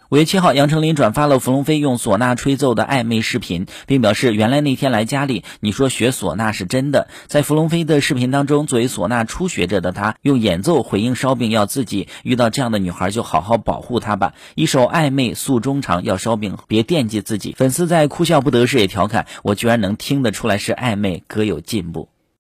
5月7号，杨丞琳转发了伏龙飞用唢呐吹奏的暧昧视频，并表示原来那天来家里，你说学唢呐是真的。在伏龙飞的视频当中，作为唢呐初学者的他，用演奏回应烧饼要自己遇到这样的女孩就好好保护她吧，一首暧昧诉衷肠，要烧饼别惦记自己。粉丝在哭笑不得时也调侃，我居然能听得出来是暧昧，歌有进步。